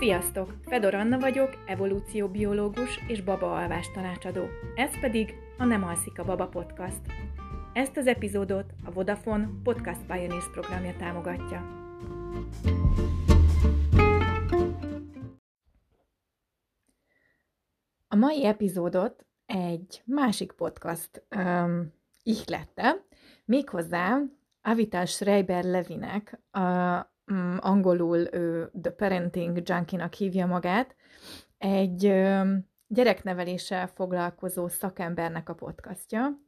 Sziasztok! Fedor Anna vagyok, evolúcióbiológus és babaalvás tanácsadó. Ez pedig a Nem alszik a baba podcast. Ezt az epizódot a Vodafone Podcast Pioneers programja támogatja. A mai epizódot egy másik podcast ihlette, méghozzá Avital Schreiber-Levinek, angolul The Parenting Junkie-nak hívja magát, egy gyerekneveléssel foglalkozó szakembernek a podcastja.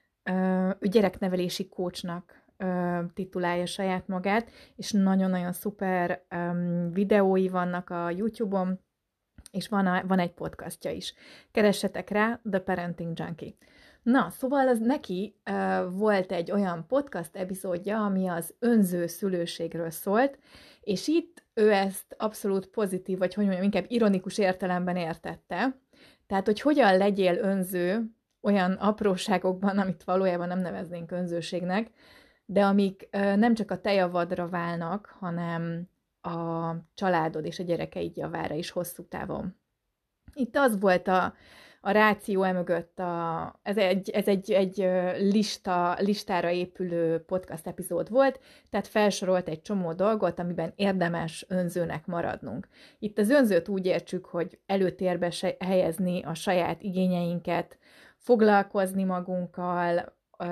Ő gyereknevelési coachnak titulálja saját magát, és nagyon-nagyon szuper videói vannak a YouTube-on, és van egy podcastja is. Keressetek rá, The Parenting Junkie. Na, szóval neki volt egy olyan podcast epizódja, ami az önző szülőségről szólt, és itt ő ezt abszolút pozitív, vagy hogy mondjam, inkább ironikus értelemben értette. Tehát, hogy hogyan legyél önző olyan apróságokban, amit valójában nem neveznénk önzőségnek, de amik nem csak a te javadra válnak, hanem a családod és a gyerekeid javára is hosszú távon. Itt az volt a ráció emögött, ez egy listára épülő podcast epizód volt, tehát felsorolt egy csomó dolgot, amiben érdemes önzőnek maradnunk. Itt az önzőt úgy értsük, hogy előtérbe helyezni a saját igényeinket, foglalkozni magunkkal,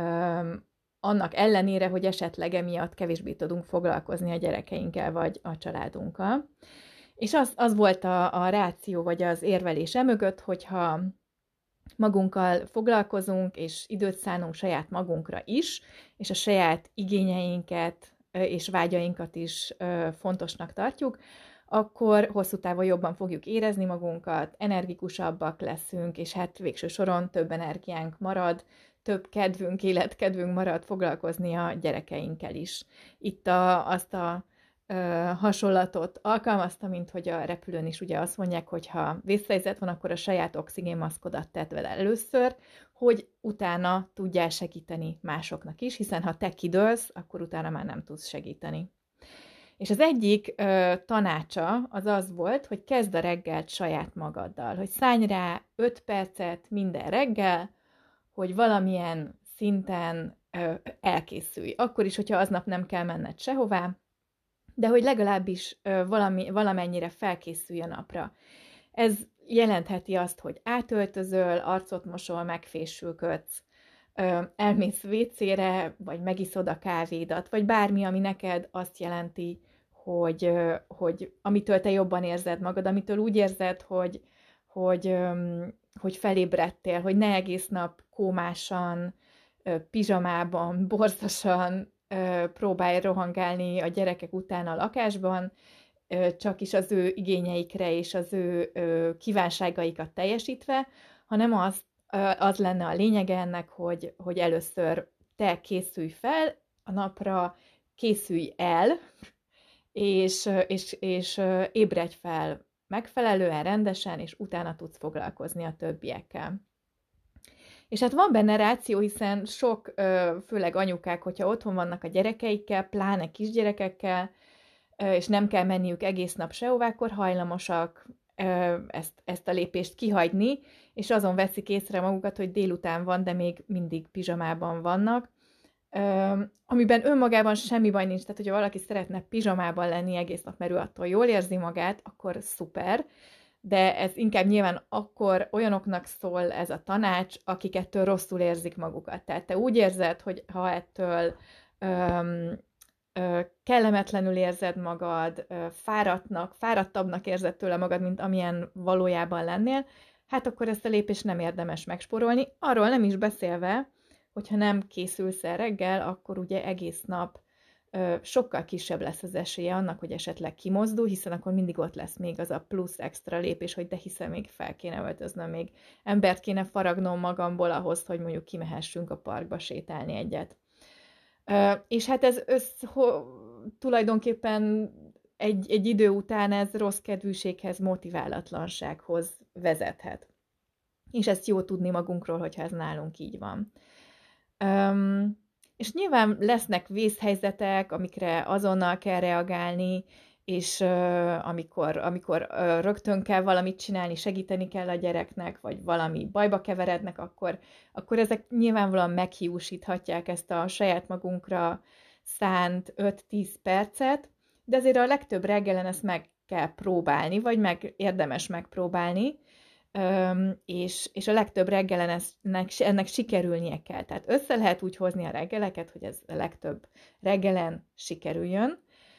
annak ellenére, hogy esetleg emiatt kevésbé tudunk foglalkozni a gyerekeinkkel vagy a családunkkal. És az volt a ráció, vagy az érvelés emögött, hogyha magunkkal foglalkozunk, és időt szánunk saját magunkra is, és a saját igényeinket és vágyainkat is fontosnak tartjuk, akkor hosszú távon jobban fogjuk érezni magunkat, energikusabbak leszünk, és hát végső soron több energiánk marad, több kedvünk, életkedvünk marad foglalkozni a gyerekeinkkel is. Itt azt a hasonlatot alkalmazta, mint hogy a repülőn is ugye azt mondják, hogy ha vészhelyzet van, akkor a saját oxigénmaszkodat tedd vele először, hogy utána tudjál segíteni másoknak is, hiszen ha te kidőlsz, akkor utána már nem tudsz segíteni. És az egyik tanácsa az volt, hogy kezd a reggelt saját magaddal, hogy szállj rá 5 percet minden reggel, hogy valamilyen szinten elkészülj. Akkor is, hogyha aznap nem kell menned sehová, de hogy legalábbis valamennyire felkészülj a napra. Ez jelentheti azt, hogy átöltözöl, arcot mosol, megfésülködsz, elmész WC-re, vagy megiszod a kávédat, vagy bármi, ami neked azt jelenti, hogy amitől te jobban érzed magad, amitől úgy érzed, hogy felébredtél, hogy ne egész nap kómásan, pizsamában, borzasan próbálj rohangálni a gyerekek után a lakásban, csak is az ő igényeikre és az ő kívánságaikat teljesítve, hanem az lenne a lényege ennek, hogy először te készülj fel a napra, készülj el, és ébredj fel megfelelően, rendesen, és utána tudsz foglalkozni a többiekkel. És hát van benne ráció, hiszen sok, főleg anyukák, hogyha otthon vannak a gyerekeikkel, pláne kisgyerekekkel, és nem kell menniük egész nap sehová, akkor hajlamosak ezt a lépést kihagyni, és azon veszik észre magukat, hogy délután van, de még mindig pizsamában vannak, amiben önmagában semmi baj nincs, tehát hogyha valaki szeretne pizsamában lenni egész nap, mert ő attól jól érzi magát, akkor szuper, de ez inkább nyilván akkor olyanoknak szól ez a tanács, akik ettől rosszul érzik magukat. Tehát te úgy érzed, hogy ha ettől kellemetlenül érzed magad, fáradtabbnak érzed tőle magad, mint amilyen valójában lennél, hát akkor ezt a lépést nem érdemes megspórolni. Arról nem is beszélve, hogyha nem készülsz el reggel, akkor ugye egész nap sokkal kisebb lesz az esélye annak, hogy esetleg kimozdul, hiszen akkor mindig ott lesz még az a plusz extra lépés, hogy de hiszen még fel kéne öltöznöm, még embert kéne faragnom magamból ahhoz, hogy mondjuk kimehessünk a parkba sétálni egyet. És hát ez tulajdonképpen egy idő után ez rossz kedvűséghez, motiválatlansághoz vezethet. És ezt jó tudni magunkról, hogyha ez nálunk így van. És nyilván lesznek vészhelyzetek, amikre azonnal kell reagálni, és amikor rögtön kell valamit csinálni, segíteni kell a gyereknek, vagy valami bajba keverednek, akkor ezek nyilvánvalóan meghiúsíthatják ezt a saját magunkra szánt 5-10 percet, de azért a legtöbb reggelen ezt meg kell próbálni, vagy érdemes megpróbálni, és a legtöbb reggelen ennek sikerülnie kell. Tehát össze lehet úgy hozni a reggeleket, hogy ez a legtöbb reggelen sikerüljön.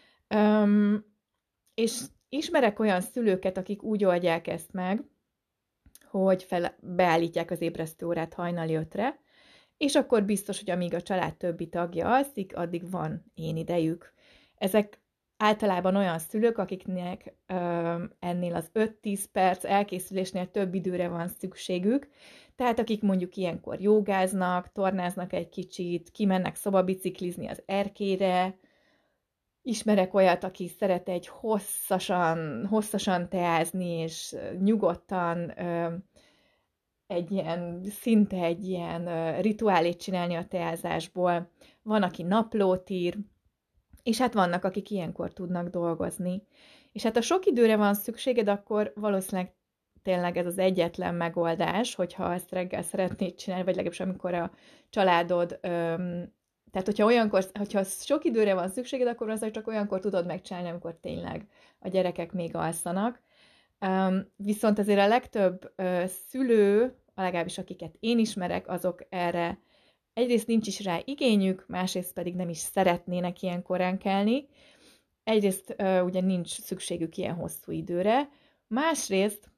És ismerek olyan szülőket, akik úgy oldják ezt meg, hogy beállítják az ébresztőórát hajnali 5-re, és akkor biztos, hogy amíg a család többi tagja alszik, addig van én idejük. Ezek általában olyan szülők, akiknek ennél az 5-10 perc elkészülésnél több időre van szükségük, tehát akik mondjuk ilyenkor jogáznak, tornáznak egy kicsit, kimennek szobabiciklizni az erkélyre. Ismerek olyat, aki szeret egy hosszasan teázni, és nyugodtan szinte egy ilyen rituálét csinálni a teázásból. Van, aki naplót ír, és hát vannak, akik ilyenkor tudnak dolgozni. És hát ha sok időre van szükséged, akkor valószínűleg tényleg ez az egyetlen megoldás, hogyha ezt reggel szeretnéd csinálni, vagy legalábbis amikor a családod, tehát hogyha sok időre van szükséged, akkor az csak olyankor tudod megcsinálni, amikor tényleg a gyerekek még alszanak. Viszont azért a legtöbb szülő, legalábbis akiket én ismerek, azok erre egyrészt nincs is rá igényük, másrészt pedig nem is szeretnének ilyen korán kelni. Egyrészt ugye nincs szükségük ilyen hosszú időre, másrészt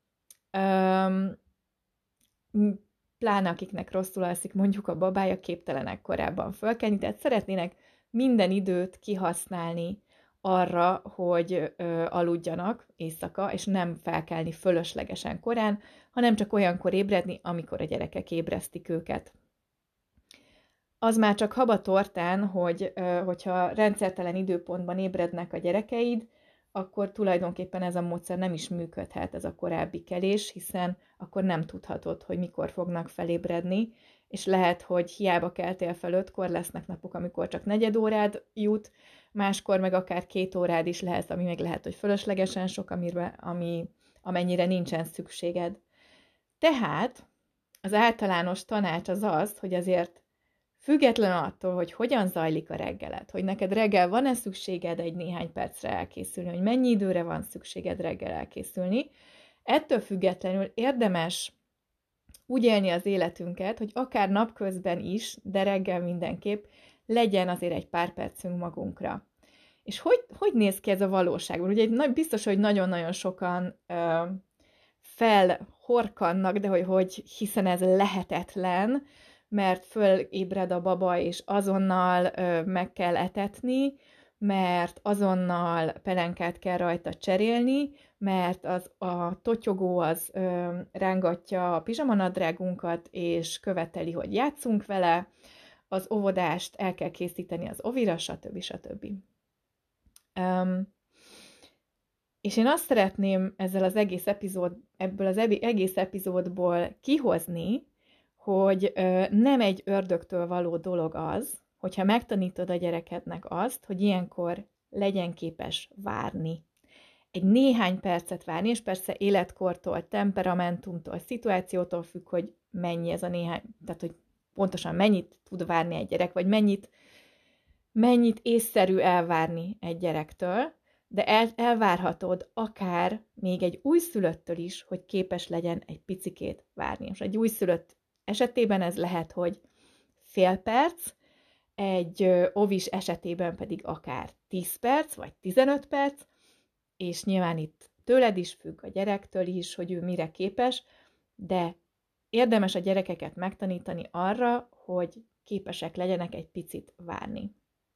pláne akiknek rosszul alszik mondjuk a babája, képtelenek korábban fölkelni, tehát szeretnének minden időt kihasználni arra, hogy aludjanak éjszaka, és nem felkelni fölöslegesen korán, hanem csak olyankor ébredni, amikor a gyerekek ébresztik őket. Az már csak haba tortán, hogyha rendszertelen időpontban ébrednek a gyerekeid, akkor tulajdonképpen ez a módszer nem is működhet, ez a korábbi kelés, hiszen akkor nem tudhatod, hogy mikor fognak felébredni, és lehet, hogy hiába keltél fel 5-kor, lesznek napok, amikor csak 4 órád jut, máskor meg akár 2 órád is lehet, ami meg lehet, hogy fölöslegesen sok, amennyire nincsen szükséged. Tehát az általános tanács az, hogy azért független attól, hogy hogyan zajlik a reggeled, hogy neked reggel van-e szükséged egy néhány percre elkészülni, hogy mennyi időre van szükséged reggel elkészülni, ettől függetlenül érdemes úgy élni az életünket, hogy akár napközben is, de reggel mindenképp legyen azért egy pár percünk magunkra. És hogy néz ki ez a valóságban? Ugye biztos, hogy nagyon-nagyon sokan felhorkannak, de hiszen ez lehetetlen, mert fölébred a baba, és azonnal meg kell etetni, mert azonnal pelenkát kell rajta cserélni, mert a totyogó az rángatja a pizsamanadrágunkat, és követeli, hogy játszunk vele, az óvodást el kell készíteni az ovira, stb. És én azt szeretném ebből az egész epizódból kihozni, hogy nem egy ördögtől való dolog az, hogyha megtanítod a gyerekednek azt, hogy ilyenkor legyen képes várni. Egy néhány percet várni, és persze életkortól, temperamentumtól, szituációtól függ, hogy mennyi ez a néhány, tehát hogy pontosan mennyit tud várni egy gyerek, vagy mennyit észszerű elvárni egy gyerektől, de elvárhatod akár még egy újszülöttől is, hogy képes legyen egy picikét várni. És egy újszülött esetében ez lehet, hogy fél perc, egy ovis esetében pedig akár 10 perc, vagy 15 perc, és nyilván itt tőled is függ, a gyerektől is, hogy ő mire képes, de érdemes a gyerekeket megtanítani arra, hogy képesek legyenek egy picit várni.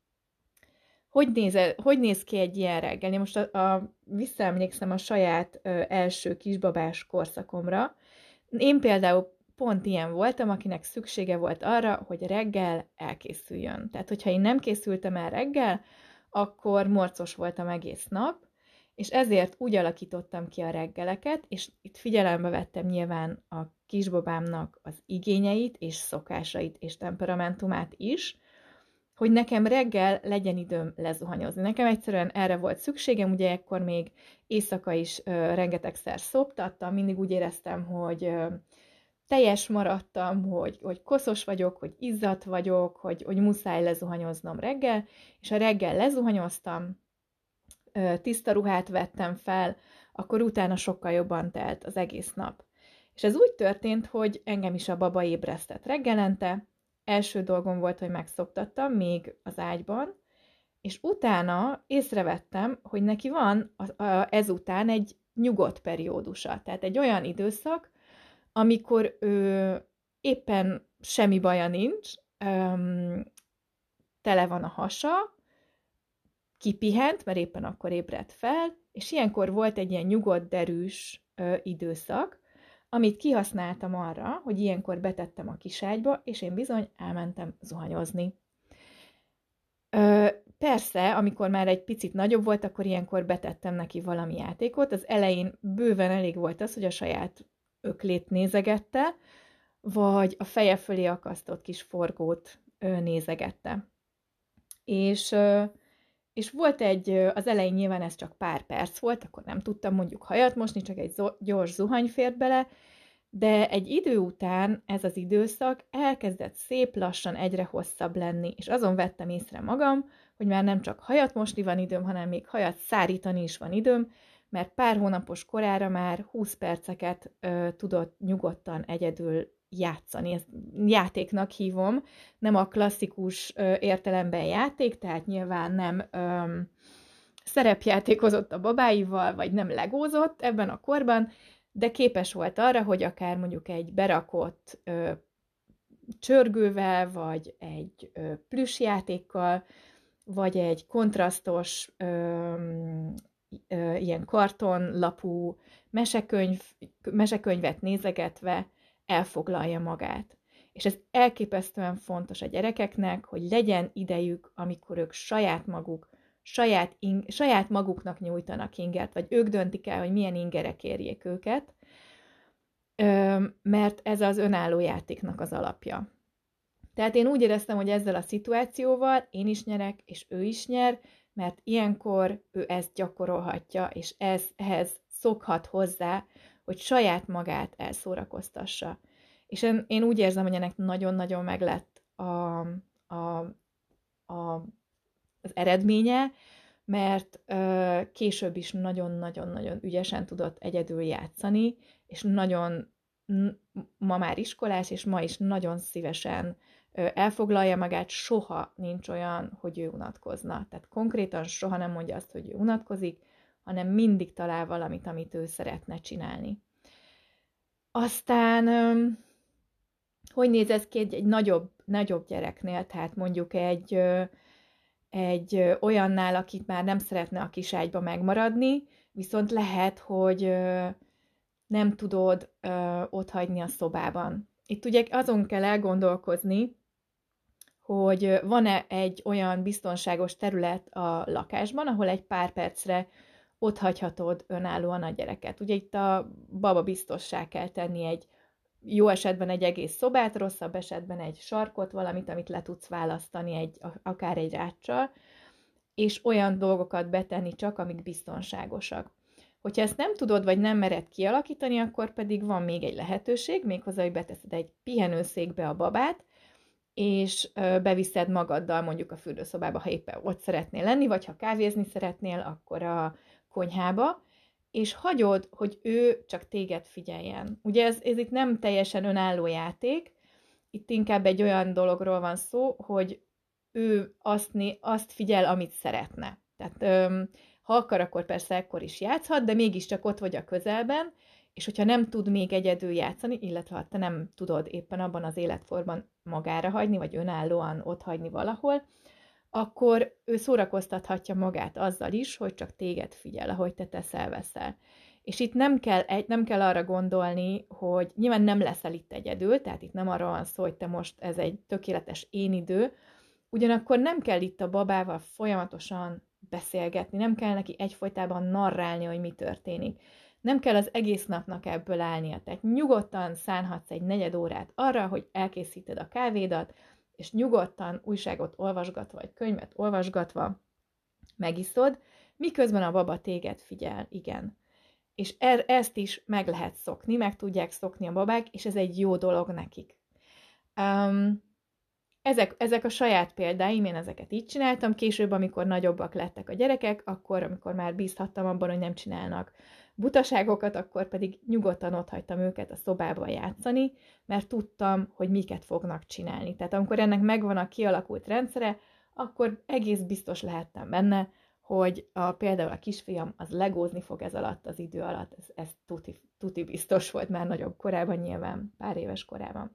Hogy néz ki egy ilyen reggel? Én most visszaemlékszem a saját első kisbabás korszakomra. Én például pont ilyen voltam, akinek szüksége volt arra, hogy reggel elkészüljön. Tehát, hogyha én nem készültem el reggel, akkor morcos voltam egész nap, és ezért úgy alakítottam ki a reggeleket, és itt figyelembe vettem nyilván a kisbabámnak az igényeit, és szokásait, és temperamentumát is, hogy nekem reggel legyen időm lezuhanyozni. Nekem egyszerűen erre volt szükségem, ugye ekkor még éjszaka is rengetegszer szoptattam, mindig úgy éreztem, hogy teljes maradtam, hogy koszos vagyok, hogy izzadt vagyok, hogy muszáj lezuhanyoznom reggel, és ha reggel lezuhanyoztam, tiszta ruhát vettem fel, akkor utána sokkal jobban telt az egész nap. És ez úgy történt, hogy engem is a baba ébresztett reggelente, első dolgom volt, hogy megszoptattam még az ágyban, és utána észrevettem, hogy neki van ezután egy nyugodt periódusa. Tehát egy olyan időszak, amikor éppen semmi baja nincs, tele van a hasa, kipihent, mert éppen akkor ébredt fel, és ilyenkor volt egy ilyen nyugodt, derűs időszak, amit kihasználtam arra, hogy ilyenkor betettem a kiságyba, és én bizony elmentem zuhanyozni. Persze, amikor már egy picit nagyobb volt, akkor ilyenkor betettem neki valami játékot. Az elején bőven elég volt az, hogy a saját öklét nézegette, vagy a feje fölé akasztott kis forgót nézegette. És volt az elején nyilván ez csak pár perc volt, akkor nem tudtam mondjuk hajat mosni, csak egy gyors zuhany fért bele, de egy idő után ez az időszak elkezdett szép lassan egyre hosszabb lenni, és azon vettem észre magam, hogy már nem csak hajat mosni van időm, hanem még hajat szárítani is van időm, mert pár hónapos korára már 20 perceket tudott nyugodtan egyedül játszani. Ezt játéknak hívom, nem a klasszikus értelemben játék, tehát nyilván nem szerepjátékozott a babáival, vagy nem legózott ebben a korban, de képes volt arra, hogy akár mondjuk egy berakott csörgővel, vagy egy plüssjátékkal, vagy egy kontrasztos ilyen kartonlapú mesekönyvet nézegetve elfoglalja magát. És ez elképesztően fontos a gyerekeknek, hogy legyen idejük, amikor ők saját maguknak nyújtanak ingert, vagy ők döntik el, hogy milyen ingerek érjék őket, mert ez az önálló játéknak az alapja. Tehát én úgy éreztem, hogy ezzel a szituációval én is nyerek, és ő is nyer, mert ilyenkor ő ezt gyakorolhatja, és ehhez szokhat hozzá, hogy saját magát elszórakoztassa. És én úgy érzem, hogy ennek nagyon-nagyon meglett az eredménye, mert később is nagyon-nagyon-nagyon ügyesen tudott egyedül játszani, és ma már iskolás, és ma is nagyon szívesen elfoglalja magát, soha nincs olyan, hogy ő unatkozna. Tehát konkrétan soha nem mondja azt, hogy ő unatkozik, hanem mindig talál valamit, amit ő szeretne csinálni. Aztán, hogy néz ez ki egy nagyobb gyereknél, tehát mondjuk egy olyannál, akit már nem szeretne a kiságyba megmaradni, viszont lehet, hogy nem tudod otthagyni a szobában. Itt ugye azon kell elgondolkozni, hogy van-e egy olyan biztonságos terület a lakásban, ahol egy pár percre otthagyhatod önállóan a gyereket. Ugye itt a baba biztossá kell tenni jó esetben egy egész szobát, rosszabb esetben egy sarkot, valamit, amit le tudsz választani akár egy ráccsal, és olyan dolgokat betenni csak, amik biztonságosak. Hogyha ezt nem tudod, vagy nem mered kialakítani, akkor pedig van még egy lehetőség, méghozzá, hogy beteszed egy pihenőszékbe a babát, és beviszed magaddal mondjuk a fürdőszobába, ha éppen ott szeretnél lenni, vagy ha kávézni szeretnél, akkor a konyhába, és hagyod, hogy ő csak téged figyeljen. Ugye ez itt nem teljesen önálló játék, itt inkább egy olyan dologról van szó, hogy ő azt figyel, amit szeretne. Tehát ha akar, akkor persze ekkor is játszhat, de mégiscsak ott vagy a közelben, és hogyha nem tud még egyedül játszani, illetve ha te nem tudod éppen abban az életkorban magára hagyni, vagy önállóan ott hagyni valahol, akkor ő szórakoztathatja magát azzal is, hogy csak téged figyel, ahogy te teszel-veszel. És itt nem kell arra gondolni, hogy nyilván nem leszel itt egyedül, tehát itt nem arra van szó, hogy te most ez egy tökéletes én idő, ugyanakkor nem kell itt a babával folyamatosan beszélgetni, nem kell neki egyfolytában narrálni, hogy mi történik. Nem kell az egész napnak ebből állnia, tehát nyugodtan szánhatsz egy 4 órát arra, hogy elkészíted a kávédat, és nyugodtan újságot olvasgatva, vagy könyvet olvasgatva megiszod, miközben a baba téged figyel, igen. És ezt is meg lehet szokni, meg tudják szokni a babák, és ez egy jó dolog nekik. Ezek a saját példáim, én ezeket így csináltam, később, amikor nagyobbak lettek a gyerekek, akkor, amikor már bízhattam abban, hogy nem csinálnak butaságokat, akkor pedig nyugodtan otthagytam őket a szobában játszani, mert tudtam, hogy miket fognak csinálni. Tehát amikor ennek megvan a kialakult rendszere, akkor egész biztos lehettem benne, hogy például a kisfiam az legózni fog ez alatt az idő alatt, ez tuti biztos volt már nagyobb korában, nyilván pár éves korában.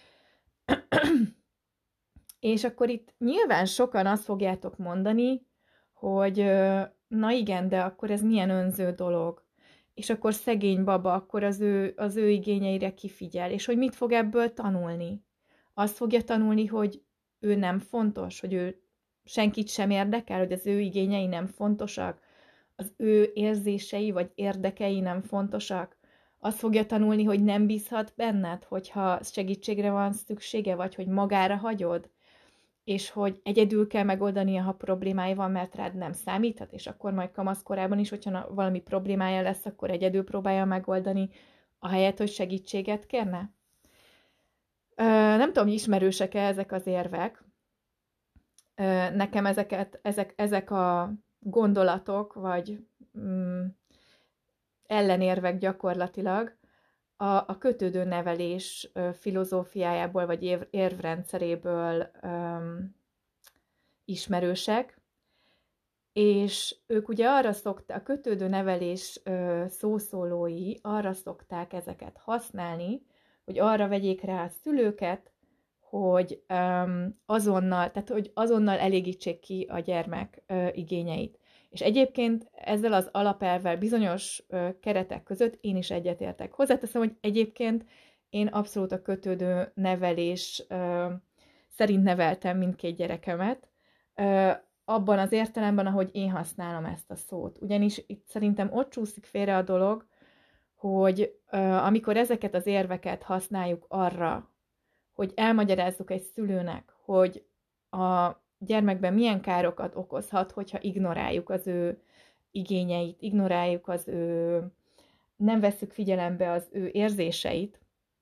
És akkor itt nyilván sokan azt fogjátok mondani, hogy na igen, de akkor ez milyen önző dolog. És akkor szegény baba, akkor az ő igényeire kifigyel. És hogy mit fog ebből tanulni? Azt fogja tanulni, hogy ő nem fontos, hogy ő senkit sem érdekel, hogy az ő igényei nem fontosak, az ő érzései vagy érdekei nem fontosak. Azt fogja tanulni, hogy nem bízhat benned, hogyha segítségre van szüksége, vagy hogy magára hagyod, és hogy egyedül kell megoldania, ha problémája van, mert rád nem számíthat, és akkor majd kamaszkorában is, hogyha valami problémája lesz, akkor egyedül próbálja megoldani, ahelyett, hogy segítséget kérne. Nem tudom, ismerősek-e ezek az érvek. Nekem ezek a gondolatok, vagy ellenérvek gyakorlatilag a kötődő nevelés filozófiájából, vagy érvrendszeréből ismerősek, és ők ugye arra szokták, a kötődő nevelés szószólói arra szokták ezeket használni, hogy arra vegyék rá a szülőket, hogy azonnal elégítsék ki a gyermek igényeit. És egyébként ezzel az alapelvvel bizonyos keretek között én is egyetértek. Hozzáteszem, hogy egyébként én abszolút a kötődő nevelés szerint neveltem mindkét gyerekemet, abban az értelemben, ahogy én használom ezt a szót. Ugyanis itt szerintem ott csúszik félre a dolog, hogy amikor ezeket az érveket használjuk arra, hogy elmagyarázzuk egy szülőnek, hogy a gyermekben milyen károkat okozhat, hogyha ignoráljuk az ő igényeit, ignoráljuk nem vesszük figyelembe az ő érzéseit,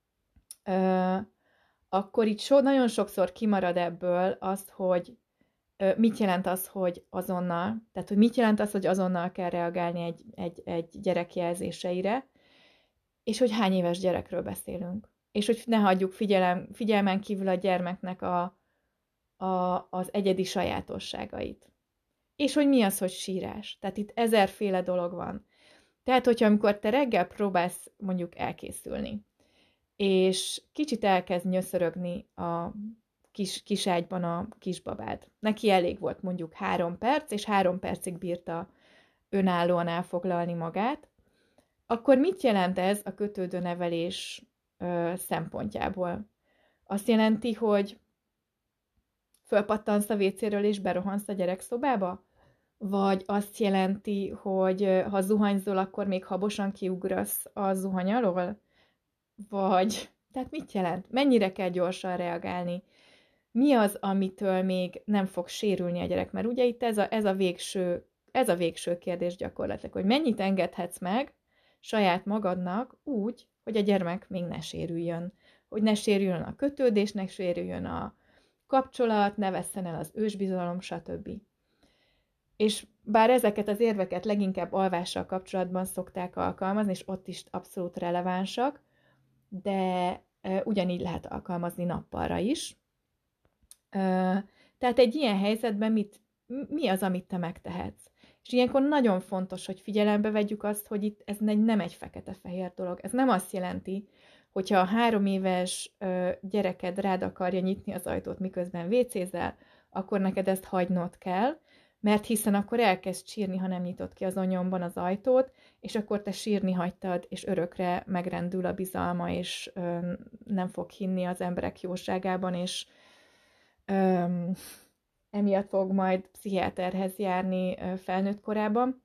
akkor itt nagyon sokszor kimarad ebből azt, hogy mit jelent az, hogy azonnal, tehát hogy mit jelent az, hogy azonnal kell reagálni egy gyerek jelzéseire, és hogy hány éves gyerekről beszélünk. És hogy ne hagyjuk figyelmen kívül a gyermeknek az egyedi sajátosságait. És hogy mi az, hogy sírás. Tehát itt ezerféle dolog van. Tehát, hogyha amikor te reggel próbálsz mondjuk elkészülni, és kicsit elkezd nyöszörögni a kis ágyban a kisbabád. Neki elég volt mondjuk 3 perc, és 3 percig bírta önállóan elfoglalni magát, akkor mit jelent ez a kötődő nevelés szempontjából? Azt jelenti, hogy fölpattansz a WC-ről és berohansz a gyerekszobába? Vagy azt jelenti, hogy ha zuhanyzol, akkor még habosan kiugrasz a zuhany alól? Vagy, tehát mit jelent? Mennyire kell gyorsan reagálni? Mi az, amitől még nem fog sérülni a gyerek? Mert ugye itt ez a végső kérdés gyakorlatilag, hogy mennyit engedhetsz meg saját magadnak úgy, hogy a gyermek még ne sérüljön. Hogy ne sérüljön a kötődés, ne sérüljön a kapcsolat, ne vesszen el az ősbizalom, stb. És bár ezeket az érveket leginkább alvással kapcsolatban szokták alkalmazni, és ott is abszolút relevánsak, de ugyanígy lehet alkalmazni nappalra is. Tehát egy ilyen helyzetben mi az, amit te megtehetsz? És ilyenkor nagyon fontos, hogy figyelembe vegyük azt, hogy itt ez nem egy fekete-fehér dolog. Ez nem azt jelenti, hogyha a 3 éves gyereked rád akarja nyitni az ajtót, miközben vécézel, akkor neked ezt hagynod kell, mert hiszen akkor elkezd sírni, ha nem nyitott ki azon nyomban az ajtót, és akkor te sírni hagytad, és örökre megrendül a bizalma, és nem fog hinni az emberek jóságában, és emiatt fog majd pszichiáterhez járni felnőtt korában.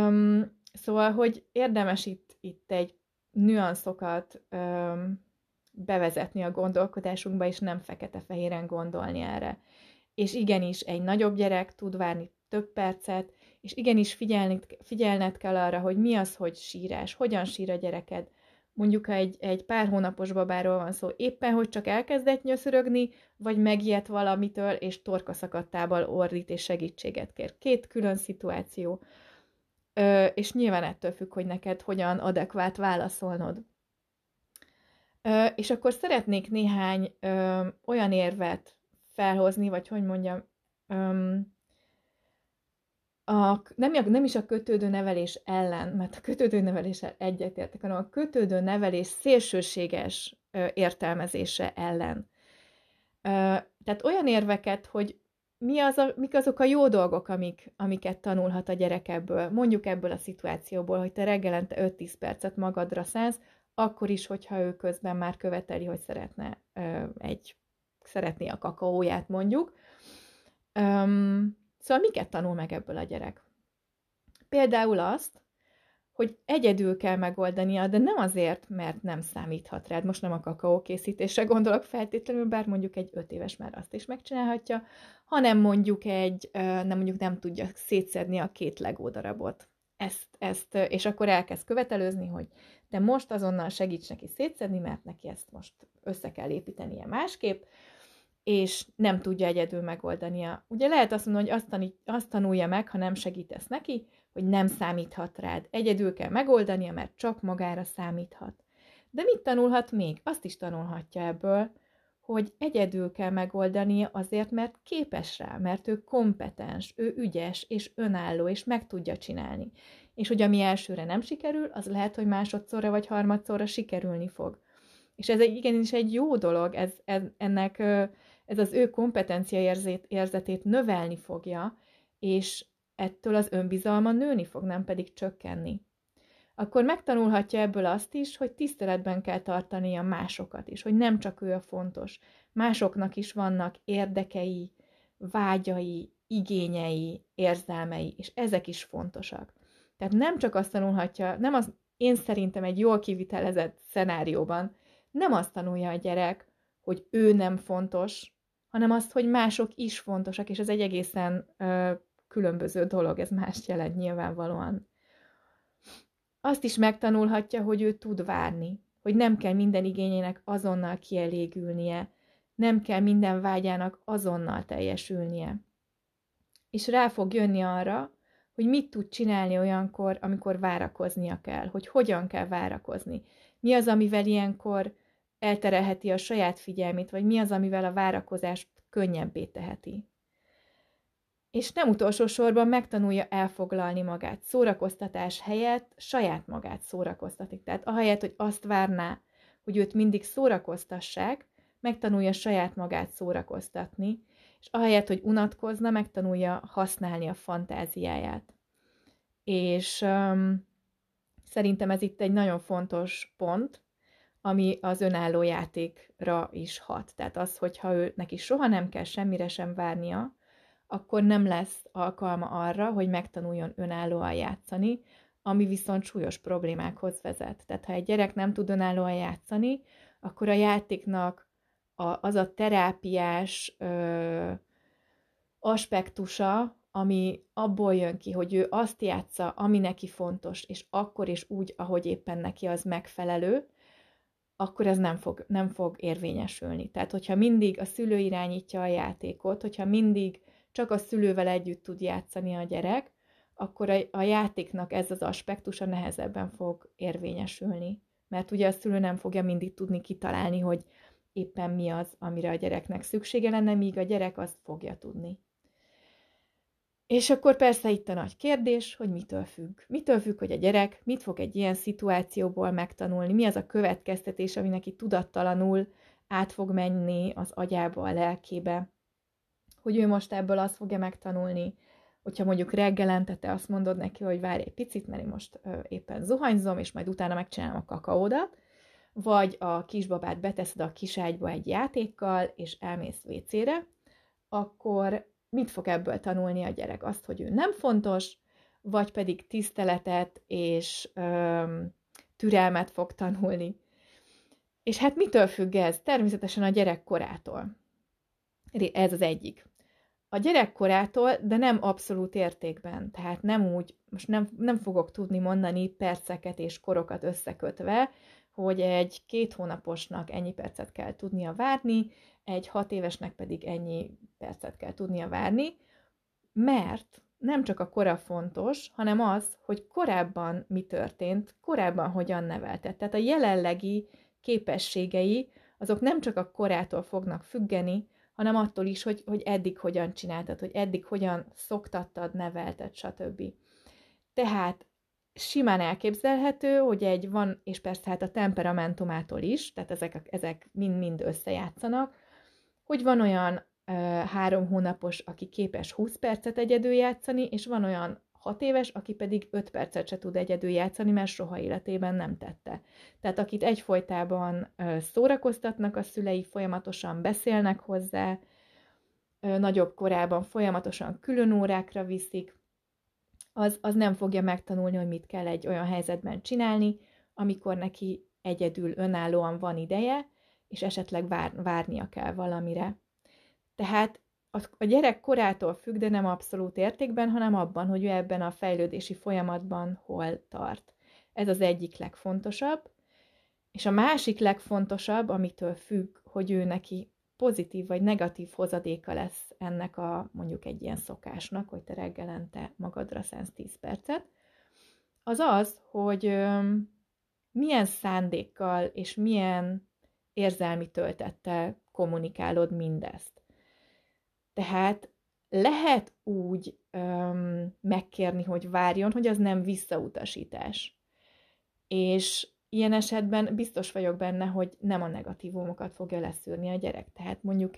Szóval, hogy érdemes itt egy nüanszokat bevezetni a gondolkodásunkba, és nem fekete-fehéren gondolni erre. És igenis, egy nagyobb gyerek tud várni több percet, és igenis figyelned kell arra, hogy mi az, hogy sírás, hogyan sír a gyereked. Mondjuk, ha egy pár hónapos babáról van szó, éppen, hogy csak elkezdett nyöszörögni, vagy megijedt valamitől, és torkaszakadtával ordít és segítséget kér. Két külön szituáció. És nyilván ettől függ, hogy neked hogyan adekvát válaszolnod. És akkor szeretnék néhány olyan érvet felhozni, vagy hogy mondjam, nem is a kötődő nevelés ellen, mert a kötődő neveléssel egyetértek, hanem a kötődő nevelés szélsőséges értelmezése ellen. Tehát olyan érveket, hogy mik azok a jó dolgok, amiket tanulhat a gyerek ebből, mondjuk ebből a szituációból, hogy te reggelente 5-10 percet magadra szánsz, akkor is, hogyha ő közben már követeli, hogy szeretné a kakaóját mondjuk. Szóval miket tanul meg ebből a gyerek? Például azt, hogy egyedül kell megoldania, de nem azért, mert nem számíthat rád. Most nem a kakaó készítésre gondolok feltétlenül, bár mondjuk egy 5 éves már azt is megcsinálhatja, hanem mondjuk nem tudja szétszedni a 2 Lego darabot. És akkor elkezd követelőzni, hogy te most azonnal segíts neki szétszedni, mert neki ezt most össze kell építenie másképp, és nem tudja egyedül megoldania. Ugye lehet azt mondani, hogy azt tanulja meg, ha nem segítesz neki, hogy nem számíthat rád. Egyedül kell megoldania, mert csak magára számíthat. De mit tanulhat még? Azt is tanulhatja ebből, hogy egyedül kell megoldania azért, mert képes rá, mert ő kompetens, ő ügyes és önálló, és meg tudja csinálni. És hogy ami elsőre nem sikerül, az lehet, hogy másodszorra vagy harmadszorra sikerülni fog. És ez igenis egy jó dolog, ez az ő kompetencia érzetét növelni fogja, és ettől az önbizalma nőni fog, nem pedig csökkenni. Akkor megtanulhatja ebből azt is, hogy tiszteletben kell tartania másokat is, hogy nem csak ő a fontos. Másoknak is vannak érdekei, vágyai, igényei, érzelmei, és ezek is fontosak. Tehát nem csak azt tanulhatja, én szerintem egy jól kivitelezett szenárióban nem azt tanulja a gyerek, hogy ő nem fontos, hanem azt, hogy mások is fontosak, és ez egy egészen különböző dolog, ez mást jelent nyilvánvalóan. Azt is megtanulhatja, hogy ő tud várni, hogy nem kell minden igényének azonnal kielégülnie, nem kell minden vágyának azonnal teljesülnie. És rá fog jönni arra, hogy mit tud csinálni olyankor, amikor várakoznia kell, hogy hogyan kell várakozni. Mi az, amivel ilyenkor elterelheti a saját figyelmét, vagy mi az, amivel a várakozást könnyebbé teheti. És nem utolsó sorban megtanulja elfoglalni magát. Szórakoztatás helyett saját magát szórakoztatik. Tehát ahelyett, hogy azt várná, hogy őt mindig szórakoztassák, megtanulja saját magát szórakoztatni, és ahelyett, hogy unatkozna, megtanulja használni a fantáziáját. És szerintem ez itt egy nagyon fontos pont, ami az önálló játékra is hat. Tehát az, hogyha neki soha nem kell semmire sem várnia, akkor nem lesz alkalma arra, hogy megtanuljon önállóan játszani, ami viszont súlyos problémákhoz vezet. Tehát ha egy gyerek nem tud önállóan játszani, akkor a játéknak az a terápiás aspektusa, ami abból jön ki, hogy ő azt játsza, ami neki fontos, és akkor és úgy, ahogy éppen neki az megfelelő, akkor ez nem fog érvényesülni. Tehát, hogyha mindig a szülő irányítja a játékot, hogyha mindig csak a szülővel együtt tud játszani a gyerek, akkor a játéknak ez az aspektusa nehezebben fog érvényesülni. Mert ugye a szülő nem fogja mindig tudni kitalálni, hogy éppen mi az, amire a gyereknek szüksége lenne, míg a gyerek azt fogja tudni. És akkor persze itt a nagy kérdés, hogy mitől függ. Mitől függ, hogy a gyerek mit fog egy ilyen szituációból megtanulni, mi az a következtetés, ami neki tudattalanul át fog menni az agyába, a lelkébe, hogy ő most ebből azt fogja megtanulni, hogyha mondjuk reggelente te azt mondod neki, hogy várj egy picit, mert én most éppen zuhanyzom, és majd utána megcsinálom a kakaódat, vagy a kisbabát beteszed a kiságyba egy játékkal, és elmész WC-re, akkor mit fog ebből tanulni a gyerek? Azt, hogy ő nem fontos, vagy pedig tiszteletet és türelmet fog tanulni. És hát mitől függ ez? Természetesen a gyerek korától. Ez az egyik. A gyerekkorától, de nem abszolút értékben. Tehát nem úgy, most nem fogok tudni mondani perceket és korokat összekötve, hogy egy 2 hónaposnak ennyi percet kell tudnia várni, egy 6 évesnek pedig ennyi percet kell tudnia várni, mert nem csak a kora fontos, hanem az, hogy korábban mi történt, korábban hogyan neveltet. Tehát a jelenlegi képességei, azok nem csak a korától fognak függeni, hanem attól is, hogy eddig hogyan csináltad, hogy eddig hogyan szoktattad, nevelted, stb. Tehát simán elképzelhető, hogy van, és persze hát a temperamentumától is, tehát ezek mind-mind összejátszanak, hogy van olyan 3 hónapos, aki képes 20 percet egyedül játszani, és van olyan 6 éves, aki pedig 5 percet se tud egyedül játszani, mert soha életében nem tette. Tehát akit egyfolytában szórakoztatnak a szülei, folyamatosan beszélnek hozzá, nagyobb korában folyamatosan külön órákra viszik, az nem fogja megtanulni, hogy mit kell egy olyan helyzetben csinálni, amikor neki egyedül önállóan van ideje, és esetleg várnia kell valamire. Tehát a gyerek korától függ, de nem abszolút értékben, hanem abban, hogy ő ebben a fejlődési folyamatban hol tart. Ez az egyik legfontosabb. És a másik legfontosabb, amitől függ, hogy ő neki pozitív vagy negatív hozadéka lesz ennek mondjuk egy ilyen szokásnak, hogy te reggelente magadra szánsz 10 percet, az az, hogy milyen szándékkal és milyen érzelmi töltettel kommunikálod mindezt. Tehát lehet úgy megkérni, hogy várjon, hogy az nem visszautasítás. És ilyen esetben biztos vagyok benne, hogy nem a negatívumokat fogja leszűrni a gyerek. Tehát mondjuk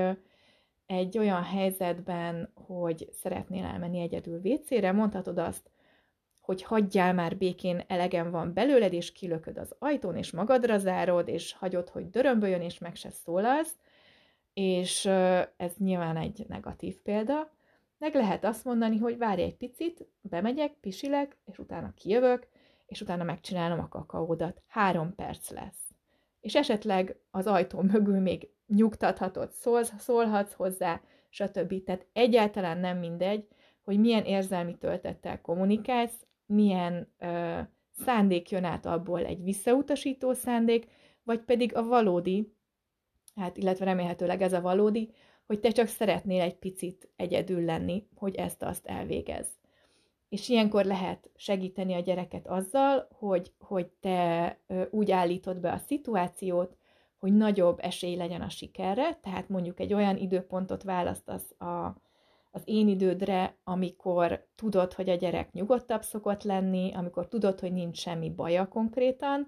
egy olyan helyzetben, hogy szeretnél elmenni egyedül vécére, mondhatod azt, hogy hagyjál már békén, elegem van belőled, és kilököd az ajtón, és magadra zárod, és hagyod, hogy dörömböljön, és meg se szólalsz, és ez nyilván egy negatív példa. Meg lehet azt mondani, hogy várj egy picit, bemegyek, pisilek, és utána kijövök, és utána megcsinálom a kakaódat. 3 perc lesz. És esetleg az ajtó mögül még nyugtathatod, szólhatsz hozzá, stb. Tehát egyáltalán nem mindegy, hogy milyen érzelmi töltettel kommunikálsz, milyen szándék jön át abból, egy visszautasító szándék, vagy pedig a valódi, hát illetve remélhetőleg ez a valódi, hogy te csak szeretnél egy picit egyedül lenni, hogy ezt-azt elvégezz. És ilyenkor lehet segíteni a gyereket azzal, hogy te úgy állítod be a szituációt, hogy nagyobb esély legyen a sikerre, tehát mondjuk egy olyan időpontot választasz az én idődre, amikor tudod, hogy a gyerek nyugodtabb szokott lenni, amikor tudod, hogy nincs semmi baja konkrétan,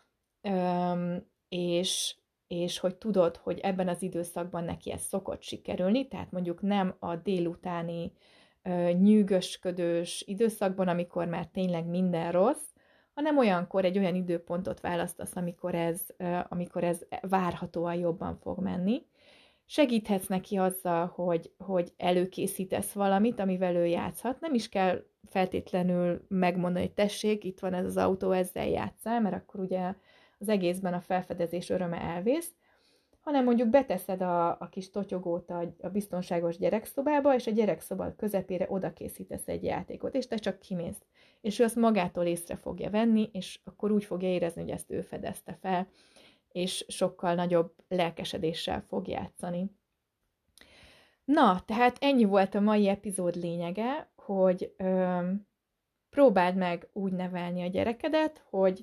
és hogy tudod, hogy ebben az időszakban neki ez szokott sikerülni, tehát mondjuk nem a délutáni nyűgösködős időszakban, amikor már tényleg minden rossz, hanem olyankor egy olyan időpontot választasz, amikor ez várhatóan jobban fog menni. Segíthetsz neki azzal, hogy előkészítesz valamit, amivel ő játszhat. Nem is kell feltétlenül megmondani, hogy tessék, itt van ez az autó, ezzel játsszál, mert akkor ugye az egészben a felfedezés öröme elvész, hanem mondjuk beteszed a kis totyogót a biztonságos gyerekszobába, és a gyerekszoba közepére oda készítesz egy játékot, és te csak kimész. És ő azt magától észre fogja venni, és akkor úgy fogja érezni, hogy ezt ő fedezte fel, és sokkal nagyobb lelkesedéssel fog játszani. Na, tehát ennyi volt a mai epizód lényege, hogy próbáld meg úgy nevelni a gyerekedet, hogy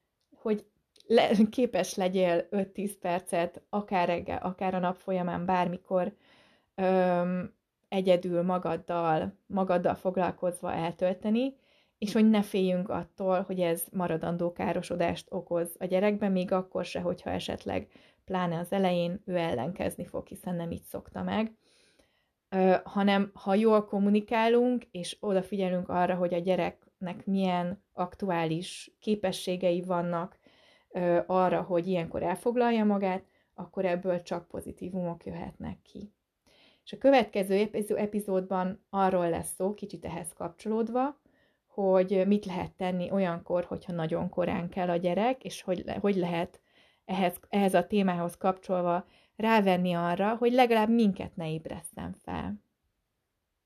képes legyél 5-10 percet, akár reggel, akár a nap folyamán, bármikor egyedül magaddal foglalkozva eltölteni, és hogy ne féljünk attól, hogy ez maradandó károsodást okoz a gyerekben, még akkor se, hogyha esetleg pláne az elején ő ellenkezni fog, hiszen nem így szokta meg, hanem ha jól kommunikálunk, és odafigyelünk arra, hogy a gyereknek milyen aktuális képességei vannak arra, hogy ilyenkor elfoglalja magát, akkor ebből csak pozitívumok jöhetnek ki. És a következő epizódban arról lesz szó, kicsit ehhez kapcsolódva, hogy mit lehet tenni olyankor, hogyha nagyon korán kell a gyerek, és hogy lehet ehhez a témához kapcsolva rávenni arra, hogy legalább minket ne ébresszen fel.